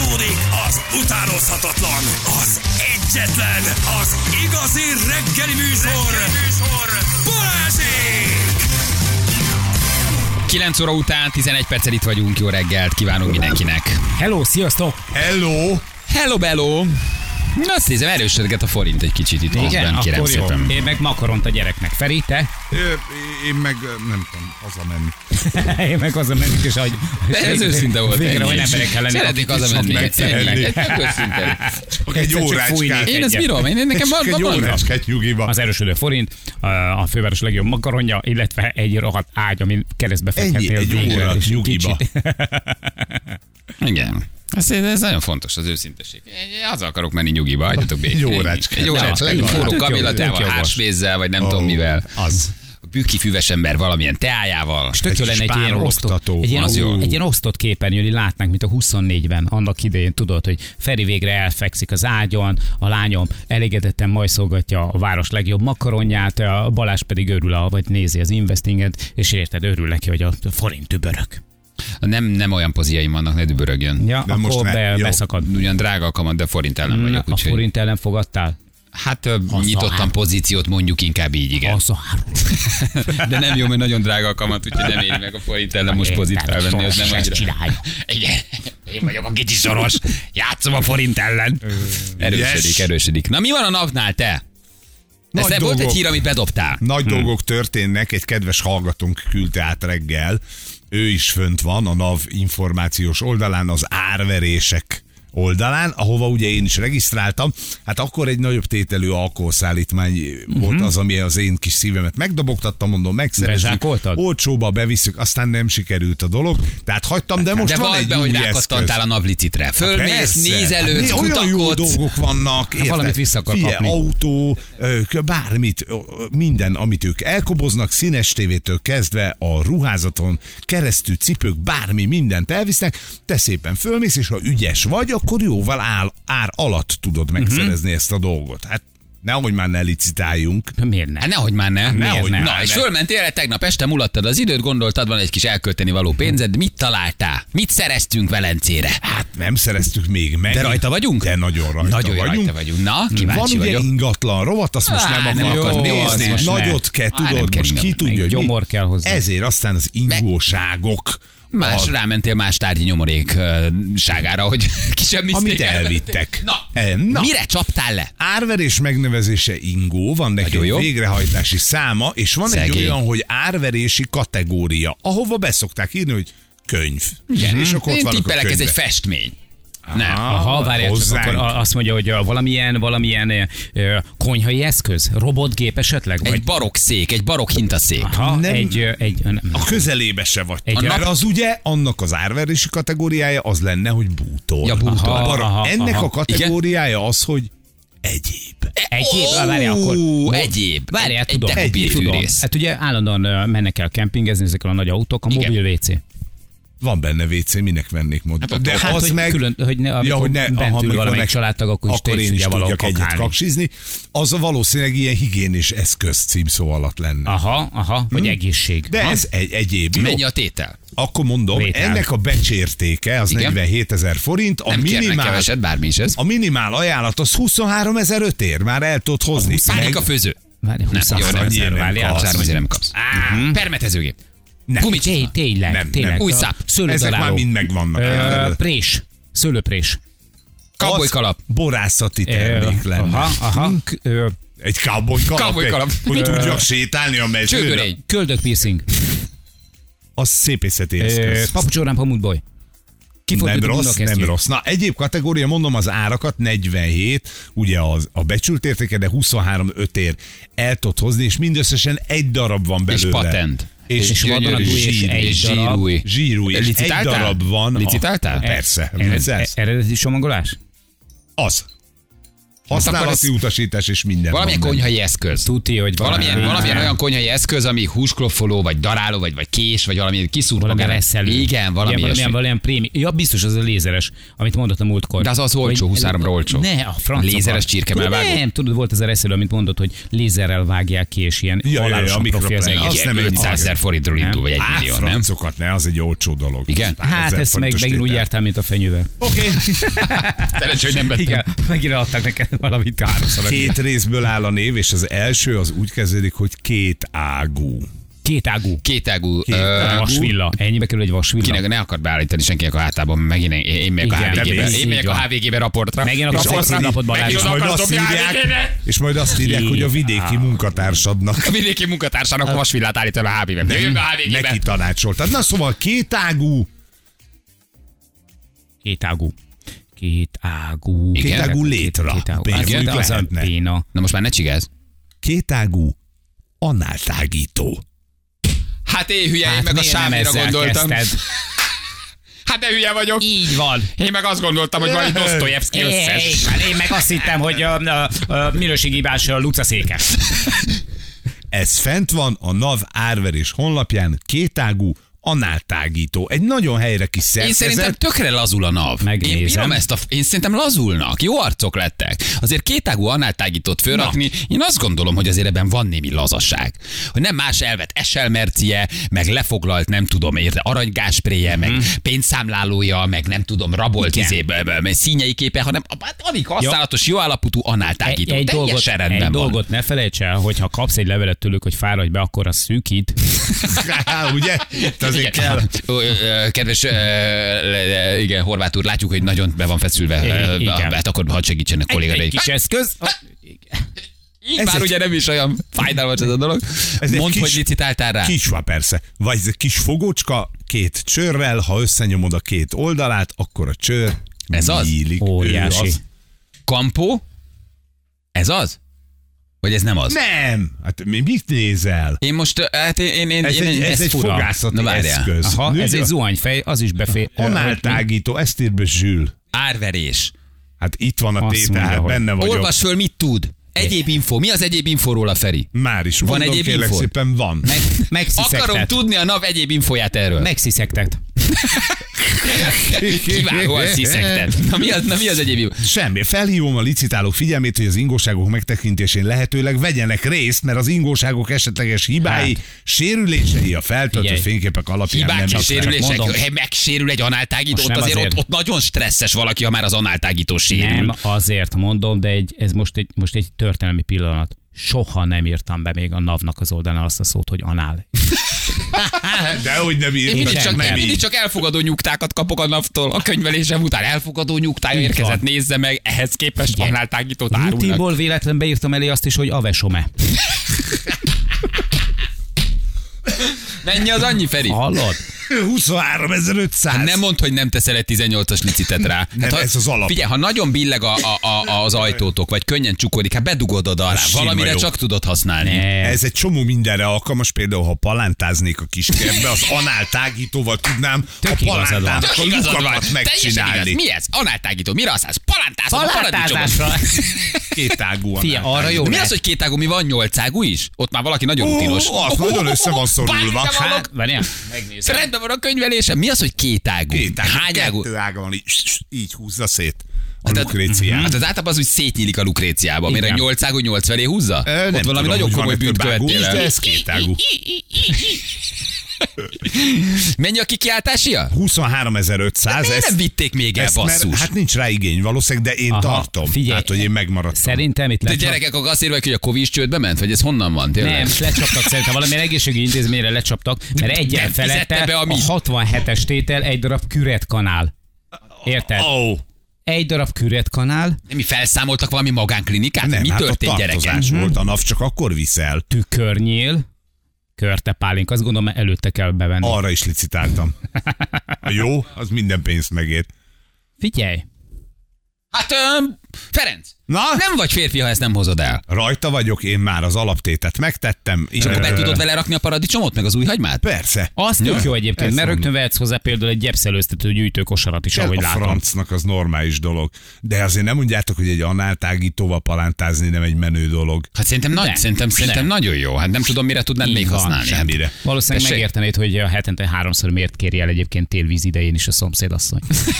Folytatódik az utánozhatatlan, az egyetlen, az igazi reggeli műsor, Balázsék! 9 óra után 11 perccel itt vagyunk, jó reggelt kívánunk mindenkinek. Hello, sziasztok! Hello! Hello, bello! Azt nézem, erősödget a forint egy kicsit itt közben, kérem akkor jó. szépen. Én meg makaront a gyereknek. Feri, te? Én meg nem tudom, hazamenni. Én meg hazamennék, és ahogy... Ez őszinte volt. Végre, hogy emberek kell lenni. Szeretnék hazamenni. Őszinte. Csak egy órácskát. Én ezt bírom, nekem Csak egy van. órácskát nyugiba. Az erősödő forint, a főváros legjobb makaronja, illetve egy rohadt ágy, amin keresztbe fekhetnél. Egy óra nyugiba. Igen. Ez nagyon fontos, az őszinteség. Azzal akarok menni nyugiba, hagyjatok békén. Egy órácskát. Egy órácskát. Forró Tök kamillatával, jogos. hársvézzel, vagy nem tudom mivel. Az. A bükki füves ember valamilyen teájával. Tök jó lenne egy ilyen osztott, egy ilyen osztott képernyőn, hogy látnánk, mint a 24-ben, annak idején tudod, hogy Feri végre elfekszik az ágyon, a lányom elégedetten majszolgatja a város legjobb makaronját, a Balázs pedig örül, vagy nézi az investinget, és érted, örül neki, hogy a forint dübörög. Nem olyan poziaim vannak, ne dübörögjön. Ja, De akkor most beszakad. Ugyan drága a kamat, de forint ellen vagyok. A Úgyhogy, forint ellen fogadtál? hát nyitottam pozíciót, mondjuk inkább így, igen. De nem jó, mert nagyon drága a kamat, úgyhogy nem éri meg a forint ellen most pozit felvenni. Az nem annyira. Csinálj. Igen. Én vagyok a kicsi szoros. Játszom a forint ellen. Erősödik. Na mi van a napnál, te? Ez volt egy hír, amit bedobtál. Nagy dolgok történnek, egy kedves hallgatónk küldte át reggel. Ő is fönt van a NAV információs oldalán, az árverések oldalán, ahova ugye én is regisztráltam. Hát akkor egy nagyobb tételű alkoholszállítmány volt az, ami az én kis szívemet megdobogtatta, mondom, megszerezzük. Bezsákoltad? Olcsóba bevisszük, aztán nem sikerült a dolog. Tehát hagytam, de most De van egy be, hogy új rákattantál eszköz. a navlicitre. Fölmész, Persze. nézelődsz, Olyan jó kutakodsz. dolgok vannak, érted? valamit vissza akar Figyelj, kapni. autó, bármit, minden, amit ők elkoboznak, színes tévétől kezdve a ruházaton keresztül, cipők, bármi, mindent elvisznek, te szépen fölmész, és ha ügyes vagy, akkor jóval ár alatt tudod megszerezni ezt a dolgot. Hát nehogy már ne licitáljunk. Miért ne? Hát nehogy már ne. Nehogy Na, már és ne. fölmentél, tegnap este mulattad az időt, gondoltad, van egy kis elkölteni való pénzed, mit találtál? Mit szereztünk Velencére? Hát nem szereztük még meg. De rajta vagyunk? De nagyon rajta vagyunk. Na, Van kíváncsi ugye vagyok. ingatlan rovat, azt most nem nem akarod jó, az nézni. most Nagyot kell, nem tudod, kell most ki ingatlan. tudja, hogy Gyomor kell hozzá. Ezért aztán az ingóságok. Rámentél más tárgyi nyomorékságára, hogy ki sem Amit elvittek. Na, mire csaptál le? Árverés megnevezése ingó, van neki Nagyon egy jó. végrehajtási száma, és van egy Szegény. olyan, hogy árverési kategória, ahova beszokták írni, hogy könyv. Igen. És akkor ott Én vannak a tippelek, ez egy könyvek. festmény. Nem. Aha, várjál, csak hozzánk. akkor azt mondja, hogy valamilyen konyhai eszköz, robotgép esetleg? Egy barokk szék, egy barokk hintaszék. Aha, Nem. nem. A közelébe se vagy. Egy- Mert az ugye, annak az árverési kategóriája az lenne, hogy bútor. Ja, bútor. Aha, Ennek aha. a kategóriája az, hogy egyéb. Egyéb, várjál akkor. Egyéb. Várjál, tudom. Dekupír Tudom. fűrész. Hát ugye állandóan mennek el kempingezni ezekkel a nagy autók, a Igen. mobil WC. Van benne WC, minek vennék módot. De Hát, az hogy meg... külön, hogy ne, amikor bent ül valamelyik családtag, akkor is te is én is tudja valahol tudjak egyet kakálni. kaksizni. Az a valószínűleg ilyen higiénis eszköz címszó alatt lenne. Aha, vagy egészség. De Ha? ez egyéb. Jó? Mennyi a tétel? Akkor mondom, Vétel. ennek a becsértéke az Igen. 47 000 forint, a Nem kérnek minimál, keveset, bármi is ez. a minimál ajánlat az 23 500 ér, már el tudod hozni. Pánik a főző. Várj, Nem, 20 jó, nem, ezer, nem várjál. kapsz. 3 nem kapsz. Permetezőgép. Nem. Gumicsizma. Tényleg, Nem, tényleg. nem. Új száp. Ezek Szőlődaráló. már mind megvannak. Prés. Szőlőprés. Cowboykalap. Borászati termék lenne. Aha. Egy cowboykalap. Cowboykalap. Hogy tudjak sétálni a mezőre. Csőgörény. Köldök piercing. Az szépészeti eszköz. Papucsórám pamutboly. Nem rossz. Na, egyéb kategória, mondom az árakat, 47, ugye a becsült értéke, de 23 5 ér el tud hozni, és mindösszesen egy darab van És belőle. patent. És vadonatúj és egy darab. zsírúj. Zsírúj, és egy Licitáltál? darab van. Licitáltál? Persze. Eredeti csomagolás? Az. Használati utasítás és minden. Valamilyen konyhai eszköz. Tuti, hogy Valamilyen olyan konyhai eszköz, ami húskloffoló, vagy daráló, vagy kés, vagy valami kiszúrt valami magát. reszelő. Igen, valamilyen prémi. Ja, biztos az a lézeres, amit mondott a múltkor. De az olcsó, 23-ra olcsó. Ne, a francia. Lézeres csirkemelvágó. Nem, tudod, volt az a reszelő, amit mondott, hogy lézerrel vágják ki, és ilyen halálosan profi az egész. Azt nem 500 000 forintról indul, vagy 1 millió, nem? Francokat ne, az egy olcsó dolog. Igen? Hát ezt megint úgy jártál, mint a fenyővel. Oké. Szerencsé, hogy nem vettem. Igen, megint adtak neked valamit háromszor. 2 részből áll a név, és az első az úgy kezdődik, hogy kétágú. Kétágú. Vasvilla. Ennyibe kerül egy vasvilla. Kinek ne akar beállítani senkinek a hátában, megint én megyek a HVG-be. Én megyek a HVG-be raportra. Megint akarsz napot Balázs. És majd azt írják, hogy a vidéki munkatársadnak. A vidéki munkatársának a vasvillát állítani a HVG-be. Jön a HVG-be. Neki tanácsoltad. Na szóval kétágú létra. Igen, az a péna. Na most már ne csigáz. Kétágú análtágító. Hát én hülye, én meg a sávira gondoltam. Kezdted? Hát de hülye vagyok. Így van. Én meg azt gondoltam, hogy valami Dostoyevsky összes. Én meg azt hittem, hogy a minőséghibás Luca székes. Ez fent van a NAV árverés honlapján, kétágú análtágító. Egy nagyon helyre kis szerkezet. Én szerintem tökre lazul a NAV. Megnézem. Én bírom én szerintem lazulnak. Jó arcok lettek. Azért kétágú análtágítót fölrakni, én azt gondolom, hogy azért ebben van némi lazaság. Hogy nem más elvet eselmercie, meg lefoglalt, nem tudom, érte aranygáspréje, meg pénzszámlálója, meg nem tudom, rabolt színjei képe, hanem amik használatos, jó állapotú análtágító. Teljesen rendben van. Egy dolgot ne felejts el, hogyha kapsz egy levelet tőlük, hogy fáradj be, akkor azt szűkít. Ugye? Azért kell. Kedves, igen, Horváth úr, látjuk, hogy nagyon be van feszülve. Hát akkor hadd segítsenek kolléga. Egy kis eszköz. Így bár ugye nem is olyan fájdalmas ez a dolog. Mondd, hogy licitáltál rá. Kicsva persze. Vagy ez egy kis fogócska, 2 csőrrel, ha összenyomod a 2 oldalát, akkor a csőr ez nyílik. Az? Óriási. Kampó? Ez az? Vagy ez nem az? Nem! Hát mit nézel? Én most, hát ez egy fogászati eszköz. Aha, ez egy zuhanyfej, az is befér. Análtágító, ezt ír be Zsül. Árverés. Hát itt van a tétel, hát benne vagyok. Olvasd föl, mit tud. Egyéb info. Mi az egyéb info róla, Feri? Már is van mondom, egyéb kérlek info? Szépen van. Akarom tudni a NAV egyéb infóját erről. Megsziszegtet. Kivágóan sziszegtet. Na mi az egyéb info? Semmi. Felhívom a licitálók figyelmét, hogy az ingóságok megtekintésén lehetőleg vegyenek részt, mert az ingóságok esetleges hibái, sérülései a feltöltött fényképek alapján hibák, nem sérülések, megsérül egy análtágító, azért ott nagyon stresszes valaki, ha már az análtágító sérül. Nem azért mondom, de ez most egy történelmi pillanat. Soha nem írtam be még a NAV-nak az oldalán azt a szót, hogy anál. Dehogy nem írtam. Én mindig csak elfogadó nyugtákat kapok a NAV-tól. A könyvelésem után elfogadó nyugtája érkezett, nézze meg, ehhez képest análtágítót árulnak. Rutiból véletlenül beírtam elé azt is, hogy avesome. Mennyi az annyi, Feri? Hallod? 23.500. Hát nem mondd, hogy nem teszel egy 18-as licitet rá. Nem, hát, ez az alap. Figyelj, ha nagyon billeg az ajtótok, vagy könnyen csukódik, hát bedugod oda alá. Valamire csak tudod használni. Ez egy csomó mindenre alkalmas, például ha palántáznék a kiskertbe, az análtágítóval tudnám a palántának a lukakat megcsinálni. Mi ez? Análtágító. Mire használsz? Palántázásra. Kétágú. Figyelj, arra jó. Mi az, hogy kétágú? Mi van 8-ágú is? Ott már valaki nagyon rutinos. Az nagyon össze van szorulva. Hát, várjál, megnézem. Rendben van a könyvelésem. Mi az, hogy kétágú? Hány ágú? 2 ága van, így húzza szét a lukréciát. Hát az általában az, hogy szétnyílik a lukréciába. Mire a 8 ágú 8 felé húzza? Ott valami nagyon komoly bűnt követtél el. De ez kétágú. Mennyi a kikiáltásia? 23.500. Miért nem vitték még el, basszus? Hát nincs rá igény valószínűleg, de én tartom. Figyelj, hát, hogy én megmaradtam. Szerintem itt de gyerekek, akkor azt írva, hogy a Covid csődbe ment? Vagy ez honnan van? Tényleg? Nem, lecsaptak szerintem, valamilyen egészségügyi intézményre lecsaptak, mert egyen felette be a 67-es tétel egy darab küretkanál. Érted? Egy darab küretkanál. Mi felszámoltak valami magánklinikát? Nem, mi hát történt, a gyerekek? tartozás volt, a NAV csak akkor viszel. Tükörnyél. Körte pálinka, azt gondolom, mert előtte kell bevenni. Arra is licitáltam. Jó, az minden pénzt megért. Figyelj! Hát, Ferenc, Na? nem vagy férfi, ha ezt nem hozod el. Rajta vagyok, én már az alaptétet megtettem. És akkor be tudod vele rakni a paradicsomot, meg az új hagymát? Persze. Az tök jó egyébként, mert rögtön vehetsz hozzá például egy gyepszelőztető gyűjtőkosarat is, ahogy A látom. francnak az normális dolog. De azért nem mondjátok, hogy egy análtágítóval palántázni nem egy menő dolog. Hát szerintem nagyon jó. Hát nem tudom, mire tudnád még van, használni. Hát. Semmire. Valószínűleg Tessék. megértenéd, hogy a hetente 3-szor miért kéri el egyébként télvíz idején is a szomszédasszony.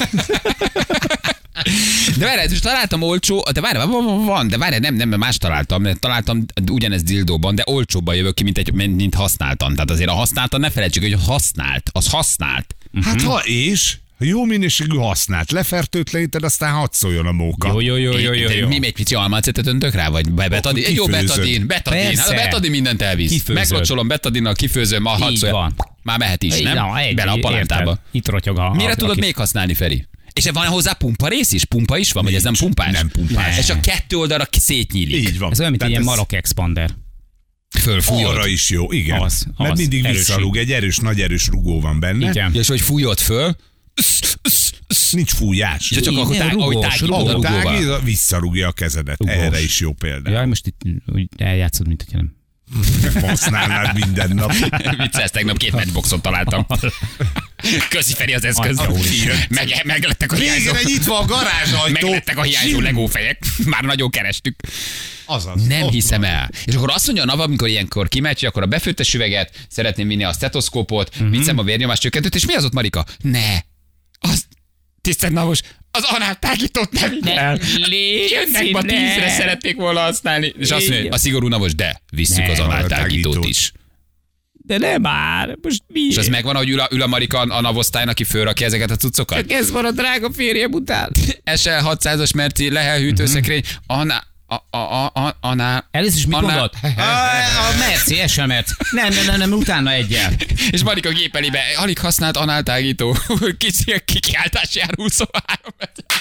De várj, most találtam olcsó, de várj, nem, más találtam ugyanez dildóban, de olcsóbban jövök ki, mint használtan. Tehát azért a használtan ne felejtsük, hogy az használt. Hát ha jó minőségű használt, lefertőtleníted, aztán hadd szóljon a móka. Jó. Mi egy pici almacetet öntök rá, vagy betadin? Egy jó betadin. Hát a betadin mindent elvisz. Kifőzöd. Meglocsolom betadinnal, kifőzöm, hadd szóljon. Már mehet is, nem? Bele a palántába. Itt rotyog a... Mire tudod még használni, Feri? És van hozzá pumpa rész is? Pumpa is van, vagy ez nem pumpás? Nem pumpás. És a kettő oldalra szétnyílik. Így van. Ez olyan, mint egy Tehát ilyen ez Marok Expander. Fölfújod. arra is jó, igen. Mert az mindig erős. visszarúg, egy nagy erős rugó van benne. Igen. És hogy fújod föl, Nincs fújás. és csak akkor tágítod a Ahogy rugóval. tágít, visszarúgja a kezedet. Rugós. Erre is jó példa. Jaj, most itt úgy eljátszod, mint hogy nem. Használnád minden nap. Vicces, tegnap 2 matchboxot találtam. Köszi, Feri, az eszköz. Meglettek a hiányzó. Végre nyitva a garázsajtó. Meglettek a hiányzó legófejek. Már nagyon kerestük. Azaz. Nem Ott hiszem van. el. És akkor azt mondja a NAV, amikor ilyenkor kimegy, akkor a befőttes üveget, szeretném vinni a stetoszkópot, viccem a vérnyomás csökkentőt, és mi az ott, Marika? Ne. Az, tisztelt Navos, az análtágítót ne vidd el. Jönnek ma 10-re szerették volna használni. És azt mondja, a szigorú Navos, de visszük az análtágítót is. De nem már, most mi? És az megvan, hogy ül a Marika a navosztályon, aki fölrakja ezeket a cuccokat? Ez van a drága férjem után. SL 600-as merci, Lehel hűtőszekrény, Először is mit mondod? A Merci, SL Merci. Nem, utána egyel. És Marika gépelébe alig használt análtágító. Kicsi kikiáltás jár 23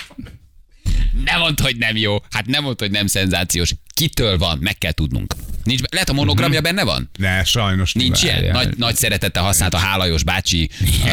Nem mondd, hogy nem jó. Hát nem mondd, hogy nem szenzációs. Kitől van? Meg kell tudnunk. Nincs, lehet a monogramja benne van? Ne, sajnos Nincs nem. ilyen? Nagy szeretettel használt a Hálajos bácsi.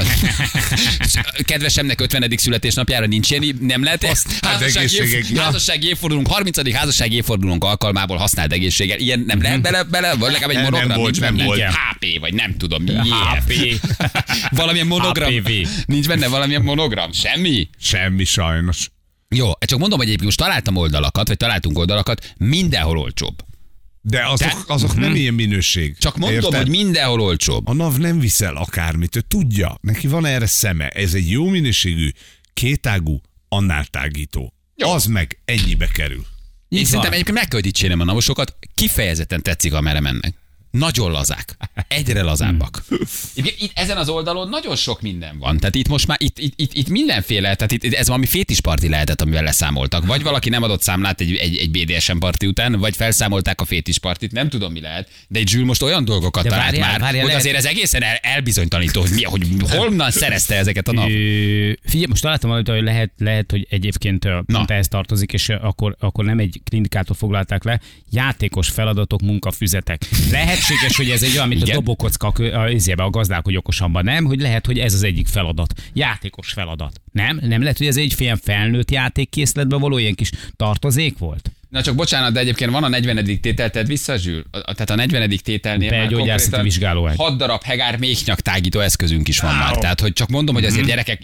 Kedvesemnek 50. születésnapjára nincs ilyen, nem lehet ezt? Házassági évfordulónk, 30. házassági évfordulónk alkalmából használt egészséggel. Ilyen nem lehet bele vagy legalább egy monogram? Nem volt, nincs nem benne? volt. HP, vagy nem tudom. HP. Valamilyen monogram? HPV. Nincs benne valamilyen monogram? Semmi? Semmi sajnos. Jó, csak mondom, hogy egyébként most találtunk oldalakat, mindenhol olcsóbb. De azok nem ilyen minőség. Csak mondom, Érted? hogy mindenhol olcsóbb. A NAV nem viszel akármit, ő tudja, neki van erre szeme. Ez egy jó minőségű, kétágú annáltágító. Jó. Az meg ennyibe kerül. Én szerintem egyébként meg kell dicsérnem a navosokat, kifejezetten tetszik, amerre mennek. Nagyon lazák. Egyre lazábbak. Itt ezen az oldalon nagyon sok minden van. Tehát itt most már itt mindenféle, tehát itt ez valami fétisparti lehetett, amivel leszámoltak. Vagy valaki nem adott számlát egy BDSM parti után, vagy felszámolták a fétispartit, nem tudom mi lehet. De egy Zsül most olyan dolgokat De talált várjál, hogy azért ez egészen elbizonytalanító, hogy honnan szerezte ezeket a NAV. Figyelj, most találtam valamit, hogy lehet, hogy egyébként pont ehhez tartozik, és akkor nem egy klinikától foglalták le, játékos feladatok, munkafüzetek. Lehetséges, hogy ez egy olyan, mint a dobókocka a gazdálkodj okosabban, nem? Hogy lehet, hogy ez az egyik feladat. Játékos feladat. Nem lehet, hogy ez egy ilyen felnőtt játékkészletben való ilyen kis tartozék volt? Na csak bocsánat, de egyébként van a 40. tétel, tedd vissza, Zsül? Tehát a 40. tételnél már Belgyógyászati vizsgálóágy. 6 darab hegár méhnyak tágító eszközünk is van már. Tehát, hogy csak mondom, hogy azért gyerekek,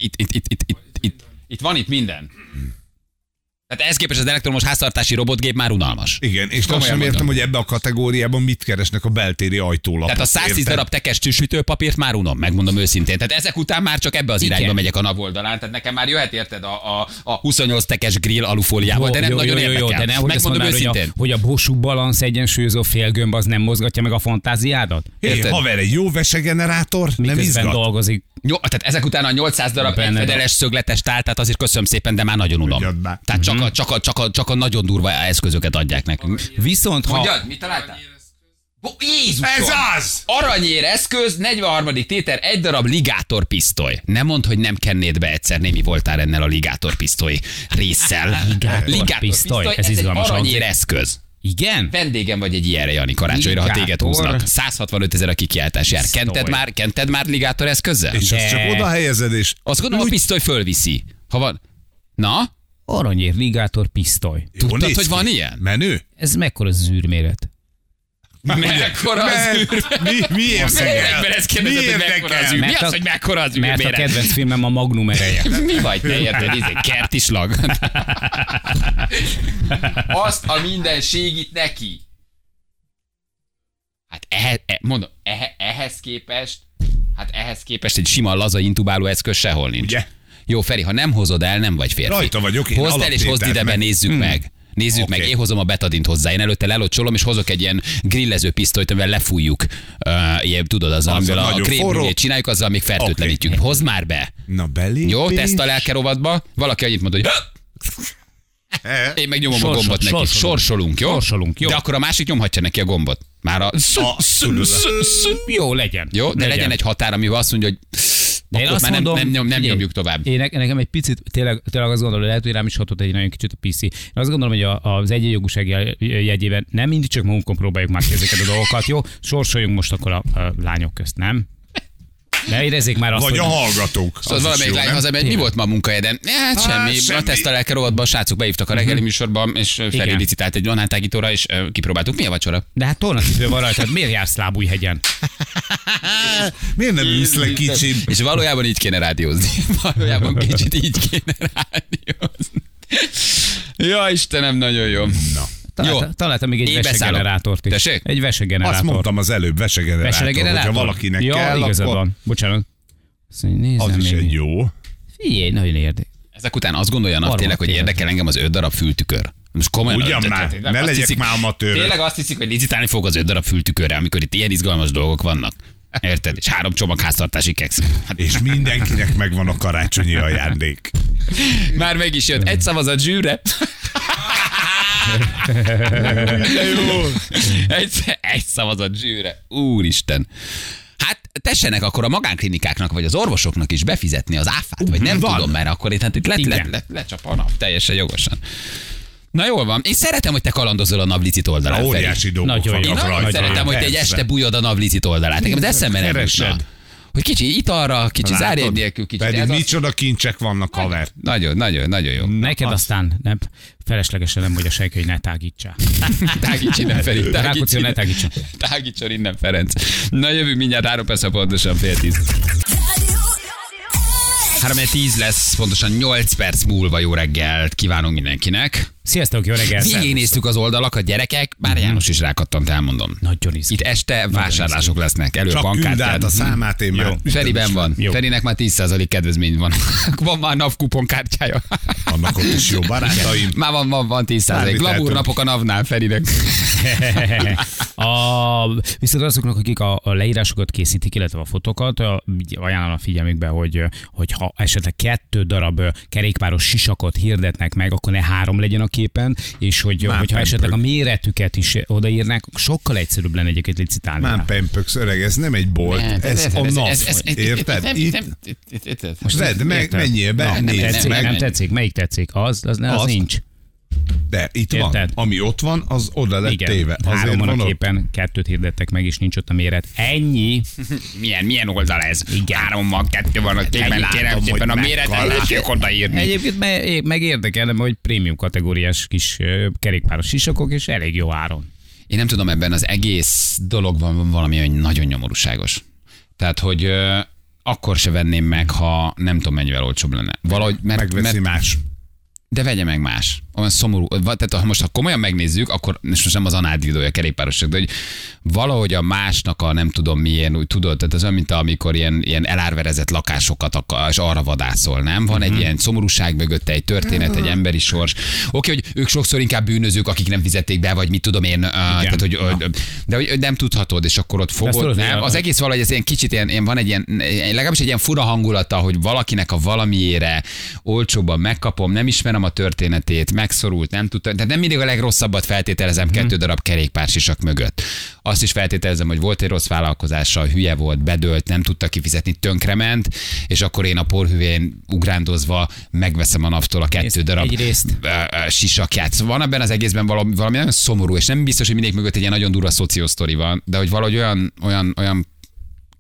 itt van itt minden. Tehát ehhez képest az elektromos háztartási robotgép már unalmas. Igen, és Komolyan azt sem értem, mondom. hogy ebbe a kategóriában mit keresnek a beltéri ajtólapok. Tehát a 110 darab tekes sütőpapírt már unom, megmondom őszintén. Tehát ezek után már csak ebbe az irányba megyek a NAV oldalán. Tehát nekem már jöhet, érted, a 28 tekes grill alufóliával, de nem nagyon érdekel. De nem, megmondom őszintén. hogy a Bosch balansz egyensúlyozó félgömb az nem mozgatja meg a fantáziádat? Hé, haver, egy jó vesegenerátor nem Miközben izgat. dolgozik. Jó, tehát ezek után a 800 darab Benne egyfedeles szögletes tál, tehát azért köszönöm szépen, de már nagyon unom. Ugyad már. Tehát csak a nagyon durva eszközöket adják nekünk. Viszont ha... Mondjad, mit találtál? Jézusom! Ez az! Aranyér eszköz, 43. tétel, 1 darab ligátorpisztoly. Nem mondd, hogy nem kennéd be egyszer, némi voltál ennel a ligátorpisztoly résszel. Ligátorpisztoly, ez ez egy izgalmas aranyér hangzik. eszköz. Igen? Vendégem vagy egy ilyenre, Jani, karácsonyra, ha téged Ligátor. húznak. 165 000 a kikiáltás jár. Kented már ligátor eszközzel? És az csak oda helyezed, és Azt gondolom, a pisztoly fölviszi. Ha van... Na? Aranyérligátor pisztoly. Tudtad, hogy van ilyen? Menő? Ez mekkora zűrméret? Mekkora az űr? Miért Egyben ezt kérdezed, hogy mekkora az űr? Mi az, hogy mekkora az Mert a űrméret? kedvenc filmem a Magnum ereje. Mi vagy, te érted? Kertislag. Azt a mindenségit neki. Hát mondom, ehhez képest egy sima laza intubáló eszköz sehol nincs. Ugye? Jó, Feri, ha nem hozod el, nem vagy férfi. Rajta vagyok, én hozd el és hozd ide be, nézzük meg. Nézzük meg, én hozom a betadint hozzá. Én előtte lelocsolom, és hozok egy ilyen grillező pisztolyt, amivel lefújjuk. Ilyen, tudod, azzal, amivel a krémbrülét csináljuk, azzal még fertőtlenítjük. Hozd már be. Na belé. Jó, teszt a lelkerovatba. Valaki annyit mond, hogy én meg nyomom a gombot neki. Sorsolunk, jó? Sorsolunk, jó. De akkor a másik nyomhatja neki a gombot. Már Jó, legyen. Jó, de legyen egy határ, amivel azt mondja, hogy akkor már nem nyomjuk tovább. Nekem egy picit, tényleg azt gondolom, hogy lehet, hogy rám is hatott egy nagyon kicsit a PC. Én azt gondolom, hogy az egyenjogúság jegyében nem mindig csak magunkon próbáljuk már ezeket a dolgokat, jó? Sorsoljunk most akkor a lányok közt, nem? De érezzék már azt, vagy hogy... a hallgatók. Szóval valamelyik lány hazamegy, mi volt ma a munkahelyeden? Hát semmi. A tesztelelke rovatban a srácok beívtak a reggeli műsorban, és Feri licitált egy banántágítóra, és kipróbáltuk. Mi a vacsora? De hát tornacipő van rajta, miért jársz Lábújhegyen? Miért nem ülsz le kicsim? És valójában így kéne rádiózni. Valójában kicsit így kéne rádiózni. Ja, Istenem, nagyon jó. Na. Találtam még egy vesegenerátort is. Tessék? Egy vesegenerátor. Azt mondtam az előbb, vesegenerátor. Hogyha valakinek kell, igazad akkor... van. Bocsánat. Az is egy jó. Figyelj, nagyon érdekes. Ezek után azt gondoljanak tényleg, hogy érdekel engem az 5 darab fültükör. Most komolyan. Ugyan már, ne legyek már amatőr. Tényleg azt hiszik, hogy licitálni fog az 5 darab fültükörre, amikor itt ilyen izgalmas dolgok vannak. Érted? És 3 csomag háztartási keksz. És mindenkinek megvan a karácsonyi ajándék. Már meg is jött. Egy szavazat zsűre. Jó. Egy szavazat zsűre. Úristen. Hát tessenek akkor a magánklinikáknak, vagy az orvosoknak is befizetni az áfát, vagy nem tudom, mert akkor itt lecsap a nap, teljesen jogosan. Na jól van. Én szeretem, hogy te kalandozol a Navlicit oldalán. Óriási dolgok Én nagyon szeretem, hogy te egy este bújod a Navlicit oldalát. Nekem az eszembe nem jutna. Hogy kicsi italra, kicsi zárjegy nélkül, kicsi. Pedig micsoda kincsek vannak, haver. Nagyon jó. Neked aztán nem, feleslegesen nem mondja senki, hogy ne tágítsál. Tágíts innen, Feri. Rákóczi, ne tágítson. Tágítson innen, Ferenc. Na jövünk mindjárt 3 perc, pontosan 9:30. 3:10 lesz, pontosan 8 perc múlva. Jó reggelt kívánunk mindenkinek. Sziasztok, jó reggelt. Végignéztük az oldalakat, gyerekek, bár János is rákattant, elmondom. Nagyon izgalmas. Itt este vásárlások lesznek, csak a számát én már. Feriben van. Jó. Ferinek már 10% kedvezmény van. Van már NAV kuponkártyája. Annak ott is jó barátaim. Már van 10%. Glamúrnapok a NAV-nál Ferinek. Viszont azoknak, akik a leírásokat készítik, illetve a fotókat, ajánlom a figyelmükbe, hogy ha esetleg 2 darab kerékpáros sisakot hirdetnek meg, akkor ne 3 legyen a képen, és hogyha esetleg a méretüket is odaírnák, sokkal egyszerűbb lenne egyébként licitálni. Már pempöksz, öreg, ez nem egy bolt, ez a NAV. Érted? Most vedd meg, menjél be, nézd meg. Nem tetszik, melyik tetszik? Az nincs. De itt van. Ami ott van, az oda lett téve. 3 van a képen, 2 hirdettek meg, és nincs ott a méret. Ennyi. Milyen oldal ez? 3 van, 2 van a képen, kérem szépen a méretet látjuk odaírni. Egyébként meg érdekelne, hogy prémium kategóriás kis kerékpáros sisakok, és elég jó áron. Én nem tudom, ebben az egész dologban van valami olyan nagyon nyomorúságos. Tehát, hogy akkor se venném meg, ha nem tudom mennyivel olcsóbb lenne. Valahogy, megveszi más. De vegye meg más. Olyan szomorú. Tehát ha komolyan megnézzük, akkor most nem az anádidója kerékpárosok, de hogy valahogy a másnak a nem tudom milyen, úgy tudod, tehát az olyan, mint amikor ilyen elárverezett lakásokat akar, és arra vadászol, nem? Van egy ilyen szomorúság mögötte, egy történet, egy emberi sors. Oké, hogy ők sokszor inkább bűnözők, akik nem fizették be, vagy mit tudom én, tehát, de hogy nem tudhatod, és akkor ott fogod. Nem? Az egész valahogy ez ilyen kicsit ilyen, van egy ilyen, legalábbis egy ilyen fura hangulata, hogy valakinek a valamiére olcsóbban megkapom, nem ismerem a történetét, megszorult, nem tudta, tehát nem mindig a legrosszabbat feltételezem 2 darab kerékpársisak mögött. Azt is feltételezem, hogy volt egy rossz vállalkozása, hülye volt, bedölt, nem tudta kifizetni, tönkrement, és akkor én a porhüvén ugrándozva megveszem a NAV-tól a 2 darab sisakját. Szóval van ebben az egészben valami nagyon szomorú, és nem biztos, hogy mindig mögött egy ilyen nagyon durva szociosztori van, de hogy valahogy olyan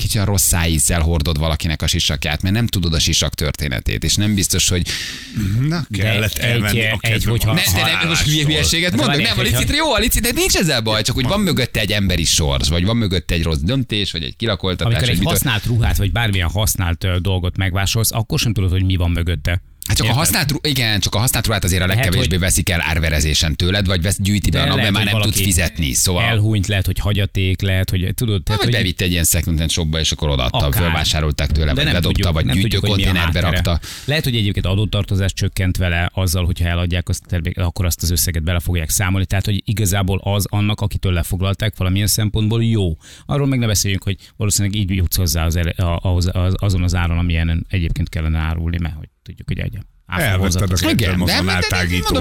kicsit rossz szájízzel hordod valakinek a sisakját, mert nem tudod a sisak történetét, és nem biztos, hogy... Na, kellett elmenni a kedvem. Ne, most hülyeséget mondok, nem, a licit jó, a licit, de nincs ezzel baj, csak hogy van mögötte egy emberi sors, vagy van mögötte egy rossz döntés, vagy egy kilakoltatás. Amikor egy használt ruhát, vagy bármilyen használt dolgot megvásárolsz, akkor sem tudod, hogy mi van mögötte. Hát csak a használt ruhát azért a legkevésbé veszik el árverezésen tőled, vagy gyűjti be a nap, mert már nem tudsz fizetni. Szóval... Elhúnyt, lehet, hogy hagyaték, lehet, hogy tudod... Tehát, vagy bevitt egy ilyen second-hand shopba, és akkor odaadta, fölvásárolták tőle, vagy ledobta, vagy gyűjtőkonténerbe rakta. Lehet, hogy egyébként adótartozás csökkent vele azzal, hogyha eladják azt a terméket, akkor azt az összeget bele fogják számolni. Tehát, hogy igazából az annak, akitől lefoglalták, valamilyen szempontból jó. Arról meg ne beszéljünk, hogy valószínűleg így jutsz hozzá azon az áron, amilyen egyébként kellene árulni, mert hogy tudjuk, hogy egy elvetted a kedvem az análtágítótól.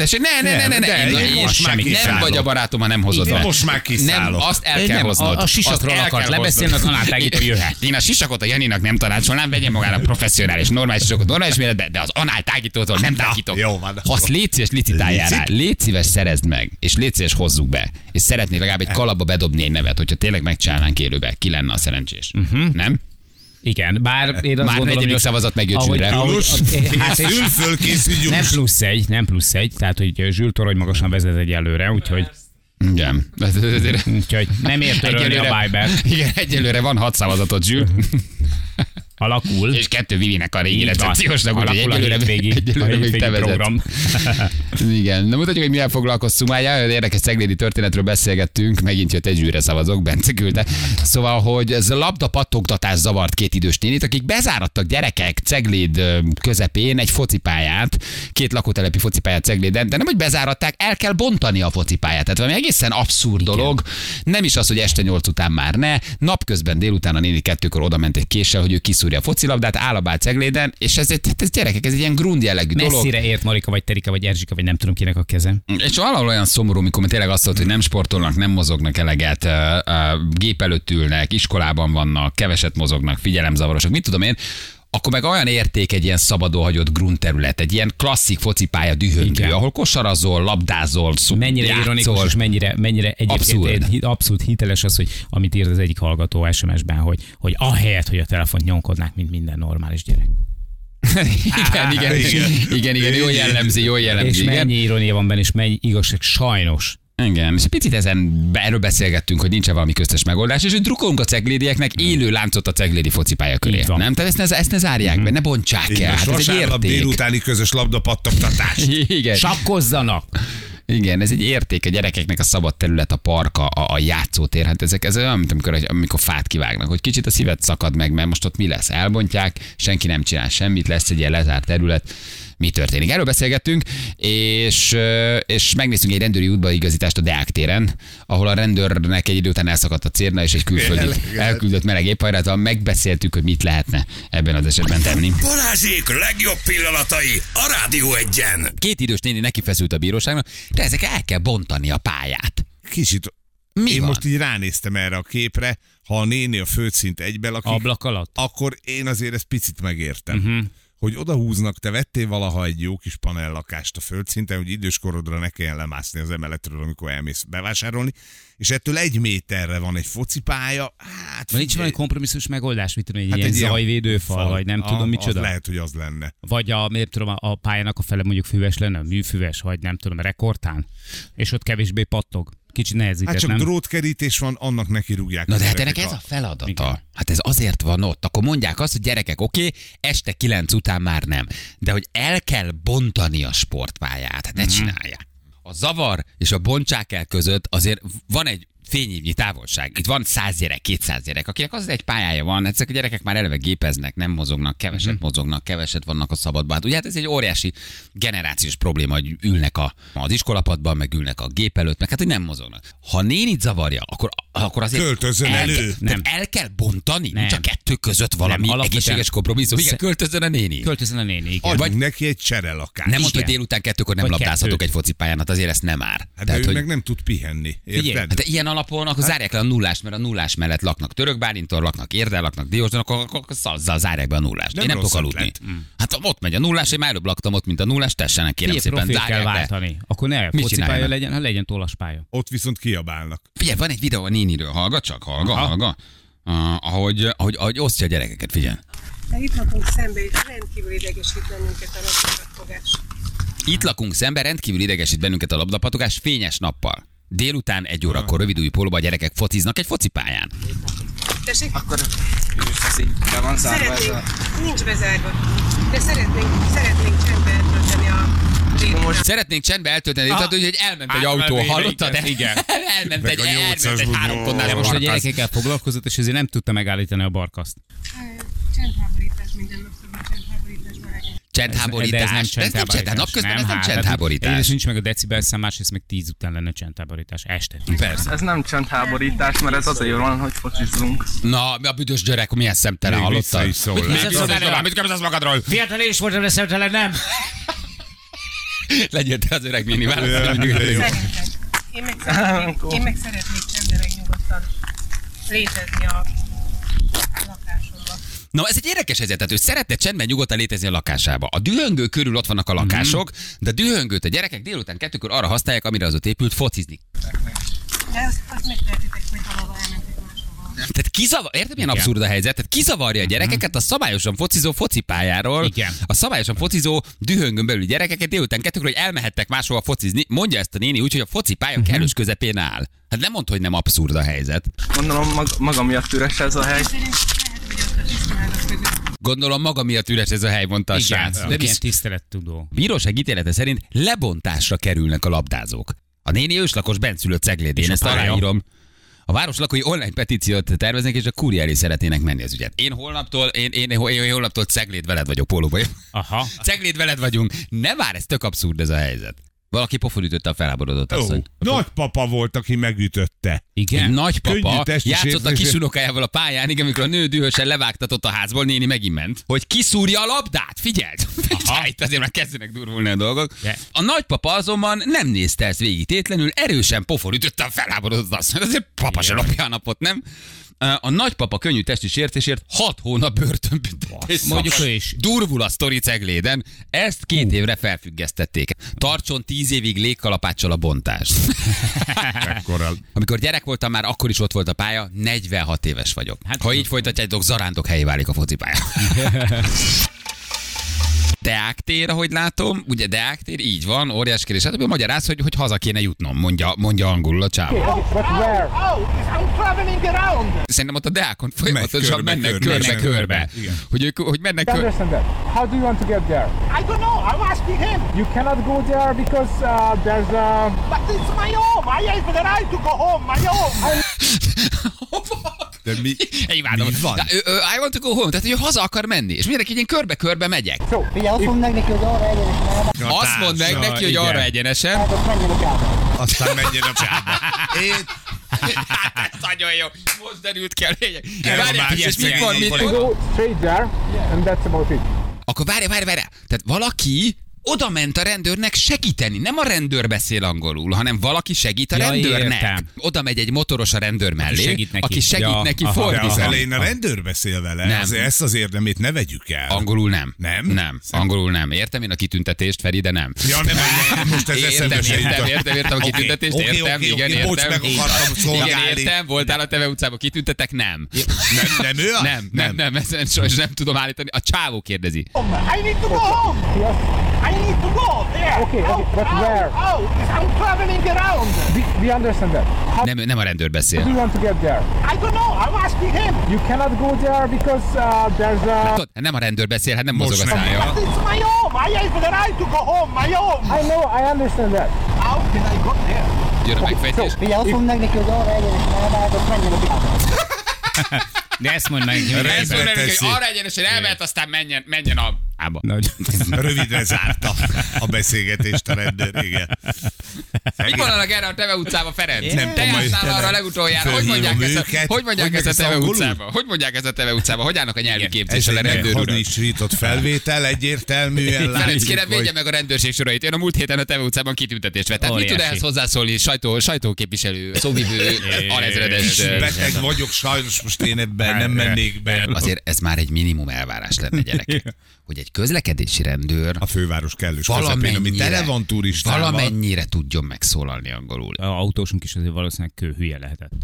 Nem vagy a barátom, ha nem hozod be. Most már kiszállok. Azt el kell hoznod. A sisakról akart lebeszélni, az análtágító jöhet. Én a sisakot a Janinak nem tanácsolnám, vegyen magának professzionális, normális sisakot, normális méretben, de az análtágítótól nem tágítok. Ha azt légy szíves, licitáljál rá, légy szíves, szerezd meg, és légy szíves, hozzuk be. És szeretnék legalább egy kalapba bedobni egy nevet, hogyha tényleg megcsinálnánk élőbe, ki lenne a szerencsés. Nem? Igen, bár én azt gondolom, hogy szavazat megjött Zsülre. Nem plusz egy, tehát hogy Zsül torony magasan vezet egyelőre, úgyhogy... Igen. Úgyhogy nem ért törölni a Viber. Igen, egyelőre van 6 szavazatot, Zsül. Alakul. És 2 Vivinek a régi recepciósnak, úgyhogy egyelőre még te program. Igen. Na mutatjuk, hogy milyen foglalkoztunk már. Érdekes ceglédi történetről beszélgettünk. Megint jött egy Zsülre szavazok, Bence küldte. Szóval, hogy ez a labda pattogtatás zavart 2 idős nénit, akik bezárattak gyerekek Cegléd közepén egy focipályát, 2 lakótelepi focipályát Cegléden, de nem, hogy bezáratták, el kell bontani a focipályát. Tehát valami egészen abszurd dolog. Nem is az, hogy este 8 után már ne. Napközben délután a néni 2-kor oda ment egy késsel, hogy ő kiszúrja a focilabdát, áll a bál Cegléden, és ez gyerekek, ez egy ilyen grund jellegű dolog. Messzire ért Marika, vagy Terika, vagy Erzsika, vagy nem tudom kinek a kezem. És valahol olyan szomorú, mikor tényleg azt mondod, hogy nem sportolnak, nem mozognak eleget, gép előtt ülnek, iskolában vannak, keveset mozognak, figyelemzavarosok, mit tudom én, akkor meg olyan érték egy ilyen szabadon hagyott grunterület, egy ilyen klasszik focipálya dühöngő, ahol kosarazol, labdázol, mennyire játszol. ironikus, és mennyire egyébként abszolút hiteles az, hogy amit írt az egyik hallgató SMS-ben, hogy ahelyett, hogy a telefont nyomkodnák, mint minden normális gyerek. Igen, jó jellemzi. És mennyi irónia van benne, és mennyi igazság, sajnos. Igen, és picit erről beszélgettünk, hogy nincsen valami köztes megoldás, és hogy drukkolunk a ceglédieknek élő láncot a ceglédi focipálya köré. Nem? Tehát ezt ne zárják be, ne bontsák el. Hát ez egy érték. Délutáni közös labdapattogtatás. Igen. Sakkozzanak! Igen, ez egy érték a gyerekeknek, a szabad terület, a park, a játszótér. Hát ez olyan, mint amikor fát kivágnak, hogy kicsit a szíved szakad meg, mert most ott mi lesz? Elbontják, senki nem csinál semmit, lesz egy ilyen lezárt terület. Mi történik? Erről beszélgettünk, és megnéztünk egy rendőri útbaigazítást a Deák téren, ahol a rendőrnek egy idő után elszakadt a cérna, és egy külföldi elküldött meleg éghajláttal megbeszéltük, hogy mit lehetne ebben az esetben tenni. Balázsék legjobb pillanatai a Rádió 1-en. 2 idős néni neki feszült a bíróságnak, de ezek el kell bontani a pályát. Kicsit. Én most így ránéztem erre a képre, ha a néni a földszint egybe lakik, ablak alatt, akkor én azért ezt picit megértem. Hogy odahúznak, te vettél valaha egy jó kis panellakást a földszinten, hogy időskorodra ne kelljen lemászni az emeletről, amikor elmész bevásárolni, és ettől 1 méterre van egy focipálya. Hát nincs valami kompromisszus megoldás, mit tudom, egy ilyen zajvédőfal, vagy nem tudom micsoda. Lehet, hogy az lenne. Vagy a pályának a fele mondjuk füves lenne, műfüves, vagy nem tudom, rekordtán, és ott kevésbé pattog. Kicsit nehezített, hát csak nem? drótkerítés van, annak neki rúgják. Na de hát ennek ez a feladata. Igen. Hát ez azért van ott. Akkor mondják azt, hogy gyerekek, oké, este 9 után már nem. De hogy el kell bontani a sportpályát, hát ne csinálják. A zavar és a bontsák el között azért van egy fényévnyi távolság. Itt van 100 gyerek, 200 gyerek, akinek az egy pályája van, ezek a gyerekek már eleve gépeznek, nem mozognak, keveset mozognak, keveset vannak a szabadban. Hát ugye hát ez egy óriási generációs probléma, hogy ülnek az iskolapadban, meg ülnek a gép előtt, meg hát hogy nem mozognak. Ha nénit zavarja, akkor azért költözön elő. El kell bontani, nincs a 2 között valami egészséges kompromisszum. Igen, költözön a néni. Költözön a néni. Vagy neki egy cserelakást. Nem mondta, hogy délután 2-kor nem labdázhatok egy focipályán, hát azért ezt nem már. Hát de ő meg nem tud pihenni. Érted? Ilyen alapon akkor zárják le a nullást, mert a nullás mellett laknak Török Bálinton, laknak Érdel, laknak Diósdon, akkor zárják be a nullást. Én nem tudok aludni. Hát ott megy a nullás, én már előbb laktam ott, mint a nullás, tessenek, kérem szépen, zárják váltani. Akkor ne focipálya legyen, ha legyen tollaspálya. Ott viszont kiabálnak. Figyelj, van egy videó a néniről, hallgat csak, hallga. ahogy osztja a gyerekeket, figyelj. De itt lakunk szembe, és rendkívül idegesít bennünket a labdapatogás. Itt lakunk szembe, rendkívül idegesít bennünket a labdapatogás fényes nappal. Délután 1 órakor rövidújú pólóba a gyerekek fociznak egy focipályán. Tessék? Akkor be van zárva ez a... Nincs bezárva, de szeretnénk csendbe eltölteni a délután. Szeretnénk csendbe eltölteni, úgyhogy elment egy autó, hallottad? Igen. elment egy 3 tonnás De most a barkasz. gyerekekkel foglalkozott, és ezért nem tudta megállítani a barkaszt. Csendháborítás, minden nap szokott csendháborítás már legyen. Csendháborítás. De ez nem csendháborítás. Napközben ez nem hát, csendháborítás. Egyrészt nincs meg a decibelszám, másrészt meg 10 után lenne csendháborítás. Este. Persze. Ez nem csendháborítás, mert ez azért van, hogy focizzunk. Na, a büdös gyerek, milyen szemtelen, Még hallottad? vissza is szól. Mit kérdez magadról? Fiatal én is voltam, de szemtelen nem. Legyél te az öreg néni, Jó. Szerinted. Én meg szeretnék csendben meg nyugodtan létezni a lakásomban. Na, ez egy érdekes helyzet, tehát ő szeretne csendben nyugodtan létezni a lakásába. A dühöngő körül ott vannak a lakások, de a dühöngőt a gyerekek délután 2-kor arra használják, amire az ott épült, focizni. De azt megtehetitek, hogy valahol elmentek máshova. Tehát érted, milyen abszurd a helyzet? Tehát kizavarja a gyerekeket a szabályosan focizó focipályáról, Igen. a szabályosan focizó dühöngön belüli gyerekeket délután 2-kor, hogy elmehettek máshova focizni. Mondja ezt a néni úgy, hogy a focipálya kellős közepén áll. Hát nem mondd, hogy nem abszurd a helyzet. Gondolom maga miatt üres ez a hely. Szerint lehet, hogy ott a tiszteletek között. Gondolom maga miatt üres ez a hely, mondta a Igen, srác. de milyen tisztelettudó. Bíróság ítélete szerint lebontásra kerülnek a labdázók. A néni őslakos benszülött Ceglédén, És a ezt pálya? aláírom. A város lakói online petíciót terveznek, és a kúria elé szeretnének menni az ügyet. Én holnaptól Cegléd veled vagyok pólóba. Aha. Cegléd veled vagyunk. Ne vár, ez tök abszurd ez a helyzet. Valaki pofon ütötte a felháborodott asszonyt. Nagypapa volt, aki megütötte. Egy Igen. Könnyű nagypapa testi játszott a sérülés. kisunokájával a pályán, igen, amikor a nő dühösen levágtatott a házból, néni megint ment. Hogy kiszúrja a labdát, figyeld! Figyelj, itt azért már kezdenek durvulni a dolgok. De. A nagypapa azonban nem nézte ezt végig tétlenül, erősen pofon ütötte a felháborodott asszonyt. Azért papa se lopja a napot, nem? A nagypapa könnyű testi sértésért 6 hónap börtönbüntetés. Mondjuk ő is. Durvul a sztori Cegléden. Ezt 2 évre felfüggesztették. Tartson 10 évig légkalapáccsal a bontást. Ekkorral. Amikor gyerek voltam, már akkor is ott volt a pálya, 46 éves vagyok. Hát, ha így folytatjátok, zarándok helyé válik a focipálya. Deák tér, ahogy látom, ugye Deák tér, így van, óriás kérdés. Hát magyaráz, hogy haza kéne jutnom, mondja angolul a csávó. Szerintem ott a Deákon folyamatosan mennek körbe. Igen. Hogy mennek körbe. Understand that. How do you want to get there? I don't know. I'm asking him. You cannot go there because there's a... But it's my home. I have the right to go home. My home. De mi? Imádom. Mi van? I want to go home, tehát hogy haza akar menni, és mindenki ilyen körbe-körbe megyek. Figyelj, azt mondd meg neki, hogy arra egyenesen elmegy, Azt mondd meg neki, hogy arra egyenesen. azt menjen a kába. Aztán menjen a csába. Hát ez nagyon jó. Most derült ki a lényeg. Erre a Várjál, másik és mit szegény mond? kollega. Go straight there, and that's about it. Akkor várjál. Tehát valaki oda ment a rendőrnek segíteni. Nem a rendőr beszél angolul, hanem valaki segít a Ja, rendőrnek. értem. Oda megy egy motoros a rendőr mellé, segít neki. aki segít Ja, neki aha. De az fordítani. elején a rendőr beszél vele. Nem. Ezt az érdemét ne vegyük el. Angolul nem. Nem? Nem. Angolul nem. Értem én a kitüntetést, Feri, de nem. Ja, nem, most ez eszembe se jutott. Értem a Oké, kitüntetést, oké, értem, oké, igen, oké, bocs, értem. meg akartam szolgálni. Igen, értem, voltál a Teve utcában, kitüntetek, nem. Nem ő az? Nem, ezen sajnos nem tudom állítani. A csávó kérdezi. I need to go home. I need to go there. Okay, but where? I'm traveling around. We understand that. How Nem a rendőr do beszél. you want to get there? I don't know. I'm asking him. You cannot go there because there's a... Tudod, nem a rendőr beszél, hát nem Most mozog a nem. szája. But it's my home. I have the right to go home. My home. I know, I understand that. How can I go there? Jön a megfejtés. Figyelj, azt mondd meg neki, hogy arra egyenesen elmegy, azt menjen a kába. De ezt mondd meg. Ez mondja neki, teszi. hogy arra egyenesen elmehet, aztán menjen a ába. Nagy. Rövidre zárta a beszélgetést a rendőr, igen. Mit mondanak erre a Teve utcába, Ferenc? Nem Te tudom, jártál hogy arra nem. legutoljára. Hogy Fölhívom mondják őket. hogy mondják Hogy ezt a meg Teve angolul? utcába? Hogy mondják ezt a Teve utcába? Hogy állnak a nyelvi Ez képzéssel a egy rendőr urak? meghamisított felvétel, egyértelműen Ferenc, látjuk, kérem, védje hogy... meg a rendőrség sorait. Én a múlt héten a Teve utcában kitüntetést vettem. Mit tud Óriási. ehhez hozzászólni sajtóképviselő, szóvivő, alezredes? Beteg vagyok, sajnos most én ebben nem mennék be. Azért ez már egy minimum elvárás lenne, gyerekek. Hogy egy közlekedési rendőr A főváros kellős közepén, ami tele van turistával. valamennyire tudjon megszólalni angolul. A autósunk is azért valószínűleg kőhülye lehetett.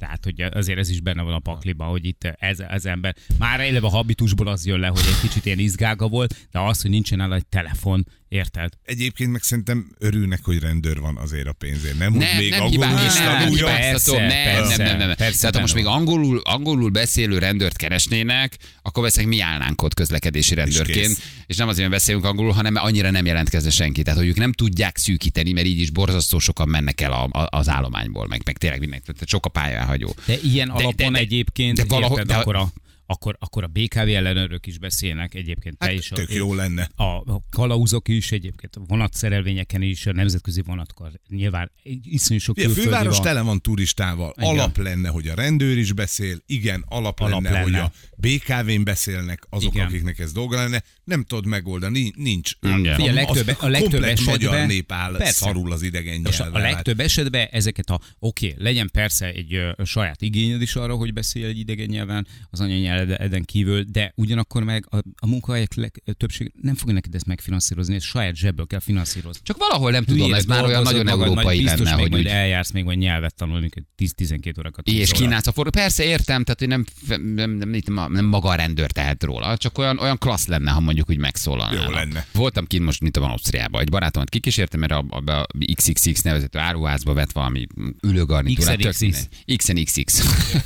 Tehát, hogy azért ez is benne van a pakliban, hogy itt ez ember már eleve a habitusból az jön le, hogy egy kicsit ilyen izgága volt, de az, hogy nincsen nála egy telefon, érted? Egyébként meg szerintem örülnek, hogy rendőr van azért a pénzért. Nem, hogy még nem angolul is tanulja. Nem. Tehát ha most még angolul beszélő rendőrt keresnének, akkor veszek mi állnánk ott közlekedési rendőrként, és nem azért beszélünk angolul, hanem annyira nem jelentkezne senki. Tehát, hogy ők nem tudják szűkíteni, mert így is borzasztó sokan mennek el az állományból, meg tényleg mindenki, tehát sok a pályáhagyó. De ilyen alapon egyébként, de valahogy, érted, akkor a BKV ellenőrök is beszélnek egyébként. Hát, is tök jó lenne. A kalauzok is egyébként, a vonatszerelvényeken is, a nemzetközi vonatkor. Nyilván iszonyú sok külföldi van. A főváros tele van turistával. Igen. Alap lenne, hogy a rendőr is beszél. Igen, alap lenne, hogy a BKV-n beszélnek azok, igen, akiknek ez dolga lenne. Nem tudod megoldani, nincs. Figyelj, a legtöbb esetben magyar nép áll, szarul az idegen nyelven. A legtöbb esetben ezeket legyen persze egy saját igényed is arra, hogy beszélj egy idegen nyelven, az anyanyelveden kívül, de ugyanakkor meg a munkahelyek többség nem fogja neked ezt megfinanszírozni, ez saját zsebből kell finanszírozni. Csak valahol nem tudom, ez már olyan nagyon európai lenne, hogy majd eljársz még, vagy nyelvet tanulni, 10-12 órakat. És kínálsz a forró. Persze értem, tehát hogy nem maga a rendőr tehet róla, csak olyan klassz lenne, ha mondjuk úgy megszólalnának. Jó lenne. Voltam kint most, mint a Ausztriában. Egy barátomat kikísértem, mert a XXX nevezető áruházba vett valami ülőgarnitúrát. XNXX.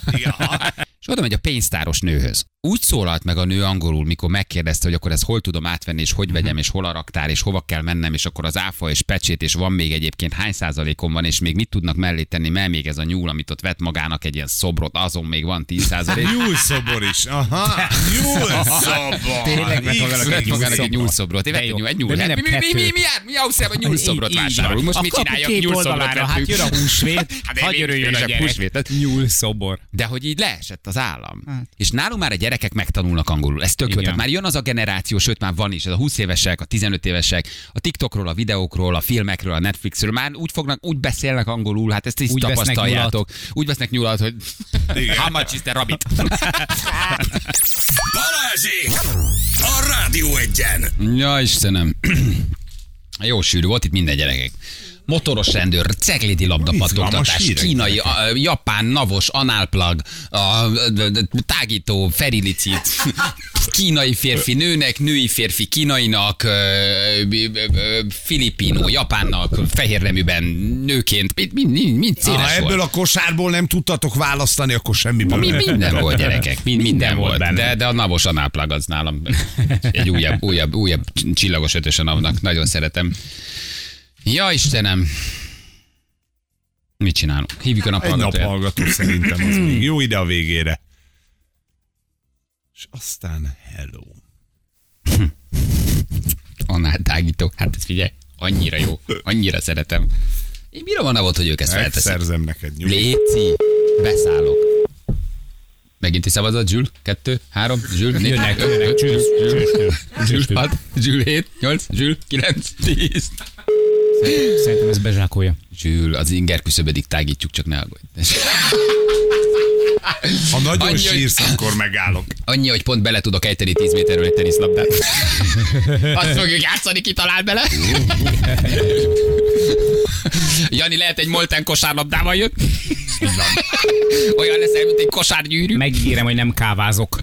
És oda megy a pénztáros nőhöz. Úgy szólalt meg a nő angolul, mikor megkérdezte, hogy akkor ezt hol tudom átvenni, és hogy vegyem, és hol a raktár, és hova kell mennem, és akkor az áfa és pecsét, és van még egyébként hány százalékon van, és még mit tudnak mellé tenni, mert még ez a nyúl, amit ott vett magának egy ilyen szobrot, azon még van 10%. Nyúlszobor is. Aha, nyúlszobor. Tényleg vett magának egy nyúlszobrot. Egy nyúl. Mi Ausztriában nyúlszobrot vásárolunk? Most mit csináljak? Nyúlszobrot vettünk. Hát jön a húsvét, hagyj örüljön a gyerek. Nyúlszobor. De hogy így leesett az állam. És nálunk már a gyerekek megtanulnak angolul. Ez tök jó. Tehát már jön az a generáció, sőt már van is, ez a 20 évesek, a 15 évesek, a TikTokról, a videókról, a filmekről, a Netflixről, már úgy beszélnek angolul, hát ezt is tapasztaljátok. Úgy vesznek nyulat, hogy how much is the rabbit? Balázsék! A Rádió Egyen! Ja, Istenem. Jó sűrű volt itt minden, gyerekek. Motoros rendőr, ceglédi labdapattogtatás, kínai, japán, navos, análplug, tágító, ferilicit, kínai férfi nőnek, női férfi kínainak, filipino, japánnak, fehérneműben nőként, mind széles volt. Ebből a kosárból nem tudtatok választani, akkor semmiből. Minden volt, gyerekek, minden volt. De a navos análplug az nálam egy újabb csillagos ötös a navnak, nagyon szeretem. Ja, Istenem! Mit csinálunk? Hívjuk a naphallgatót. Egy naphallgató szerintem az még jó ide a végére. És aztán hello. Annál tágító. Hát ez figyelj, annyira jó. Annyira szeretem. Én bírom a navot, hogy ők ezt felteszik. Megszerzem neked nyugodt. Léci, beszállok. Megint egy szavazat, Zsül? 2, 3, Zsül, 4, 5, Zsül, 6, Zsül, 7, 8, Zsül, 9, 10. Szerintem ez bezsákolja. Zsül, az inger küszöbödig tágítjuk, csak ne aggódj. Ha nagyon sírsz, akkor megállok. Annyi, hogy pont bele tudok ejteni 10 méterről egy teniszlabdát. Azt fogjuk játszani, ki talál bele. Jani lehet egy molten kosárlabdával jött. Olyan leszel, mint egy kosárgyűrű. Megígérem, hogy nem kávázok.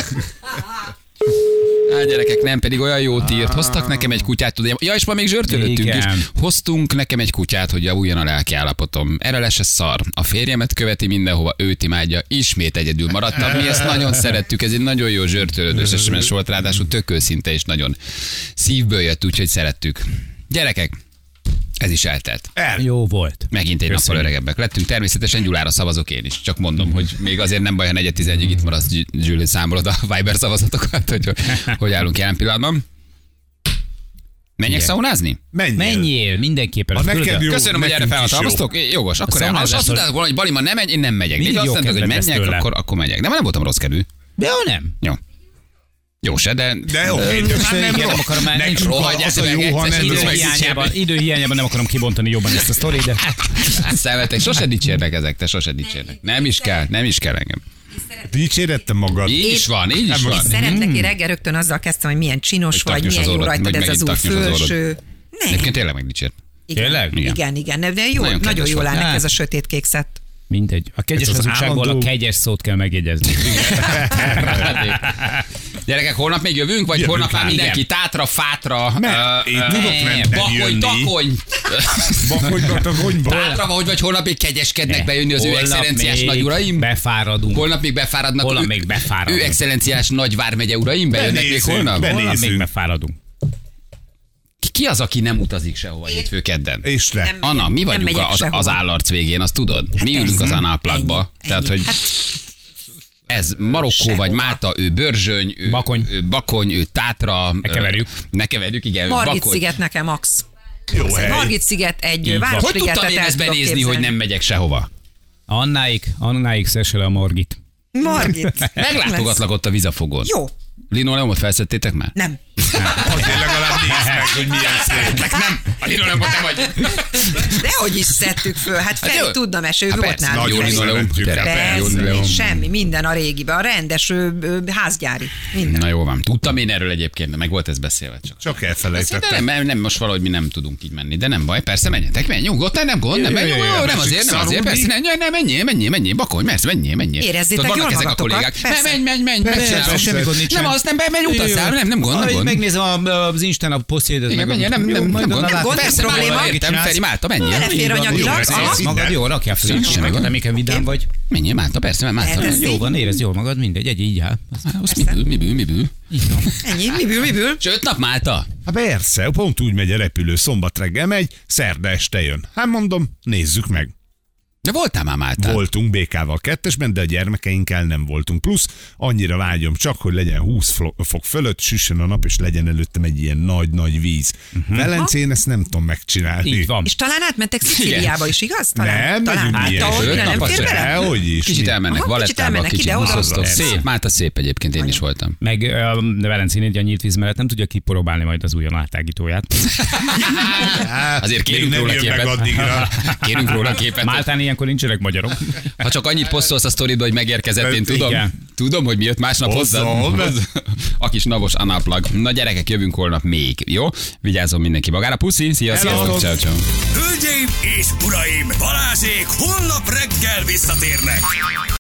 Gyerekek, nem, pedig olyan jót írt. Hoztak nekem egy kutyát, tudom. Ja, és ma még zsörtölöttünk is. Hoztunk nekem egy kutyát, hogy javuljon a lelki állapotom. Erre lesz szar. A férjemet követi mindenhova, őt imádja. Ismét egyedül maradtam. Mi ezt nagyon szerettük, ez egy nagyon jó zsörtölődős SMS volt, ráadásul tök őszinte és nagyon szívből jött, úgyhogy szerettük. Gyerekek, ez is eltelt. Jó volt. Megint egy nappal öregebbek lettünk. Természetesen Gyulára szavazok én is. Csak mondom, hogy még azért nem baj, ha 4-11-ig itt maradsz, Gyuli, számolod a Viber szavazatokat, hogy állunk jelen pillanatban. Menjek szaunázni? Menjél, mindenképpen. Köszönöm, hogy erre felhatalmaztok. Jogos. Akkor azt mondtátok volna, hogy Bali ma nem megy, én nem megyek. Így azt mondtátok, hogy menjek, akkor megyek. De már nem voltam rossz kedvű. De nem. Jó. Jó se, de oké, nem akarom már, nincs időhiányában nem akarom kibontani jobban ezt a sztorit, de... Szemetek, sose dicsérnek ezek, te sose dicsérnek. Nem is kell engem. Dicsérettem magad. Így is van. Szeretlek, én reggel rögtön azzal kezdtem, hogy milyen csinos vagy, milyen jó rajtad ez az új fölső. Egyébként tényleg megdicsért. Igen, de jó, nagyon jól áll neki ez a sötétkék szett. Mindegy. A kegyes hazugságból a kegyes szót kell megjegyezni. Gyerekek, holnap még jövünk? Vagy holnap már mindenki Tátra, Fátra, Bakony, Takony. Tátra, vagy holnap még kegyeskednek bejönni az ő excellenciás nagy uraim? Befáradunk. Holnap még befáradnak. Holnap még befáradunk. Ő excellenciás nagy vármegye uraim bejönnek még holnap? Holnap még befáradunk. Ki az, aki nem utazik sehova hétfő kedden? És te. Anna, mi vagyunk az állarc végén, azt tudod? Mi ülünk az Análplakba. Tehát, hogy ez Marokkó vagy Málta, ő Börzsöny, ő Bakony, ő Tátra. Ne keverjük, igen. Margit-sziget nekem max. Jó hely. Margit-sziget egy városligetet. Hogy tudtam én ezt benézni, hogy nem megyek sehova? Annáig szesse le a Margit. Margit. Meglátogatlak ott a Vizafogon. Jó. Linoleumot felszedtétek már? Nem. Azért legalább nézd meg, hogy milyen szép. Nem, a linoleumot nem vagy. Dehogy is szedtük föl. Hát Feri tudna mesélni, ő volt nálunk. Jó linoleum. Semmi, minden a régiben. A rendes házgyári. Minden. Na jó van. Tudtam én erről egyébként, de meg volt ez beszélve csak. Csak elfelejtettem. Nem, most valahogy mi nem tudunk így menni, de nem baj, persze menjetek, menj, nyugodtan, nem gond, nem azért, persze, nem, menjél, Bakony, menjél. Érezzétek jól magatokat. Menj, Semmi gond nincs. Nem, azt nem, menj, utazzál, nem gond. Megnézem az Instán a posztjédet. Nem gond. Persze, Feri, Málta, menjél. Belefér anyagilag. Magad jól rakjál fel. Semmi gond, amiket vidám vagy. Menjél, Málta, persze, Málta. Jó van, érezd jól magad, mindegy, így áll. Mi bűl? Ennyi, mi bűl? És 5 nap Málta? Hát persze, pont úgy megy a repülő, szombat reggel megy, szerda este jön. Hát mondom, nézzük meg. De voltál már Máltán? Voltunk BK-val kettesben, de a gyermekeinkkel nem voltunk. Plusz annyira vágyom csak, hogy legyen 20 fok fölött, süssön a nap, és legyen előttem egy ilyen nagy víz. Velencén ezt nem tudom megcsinálni. Így van. És talán átmentek Szicíliába is, igaz? Nem, nem fér bele? Hogy is. Kicsit elmennek Valettába, kicsit buszoztok. Szép, Málta szép egyébként, én is voltam. Meg Velencén egy a nyílt víz mellett nem tudja kipróbálni majd az újon átágítóját. Azért kérünk róla képet. Máltán ilyenkor nincsenek magyarok. Ha csak annyit posztolsz a sztoridba, hogy megérkezett, én tudom, hogy mi jött másnap hozzád. A kis navos Análplak. Na gyerekek, jövünk holnap még, jó? Vigyázzon mindenki magára. Puszi, sziasztok. Ciao. Hölgyeim és uraim, Balázsék holnap reggel visszatérnek.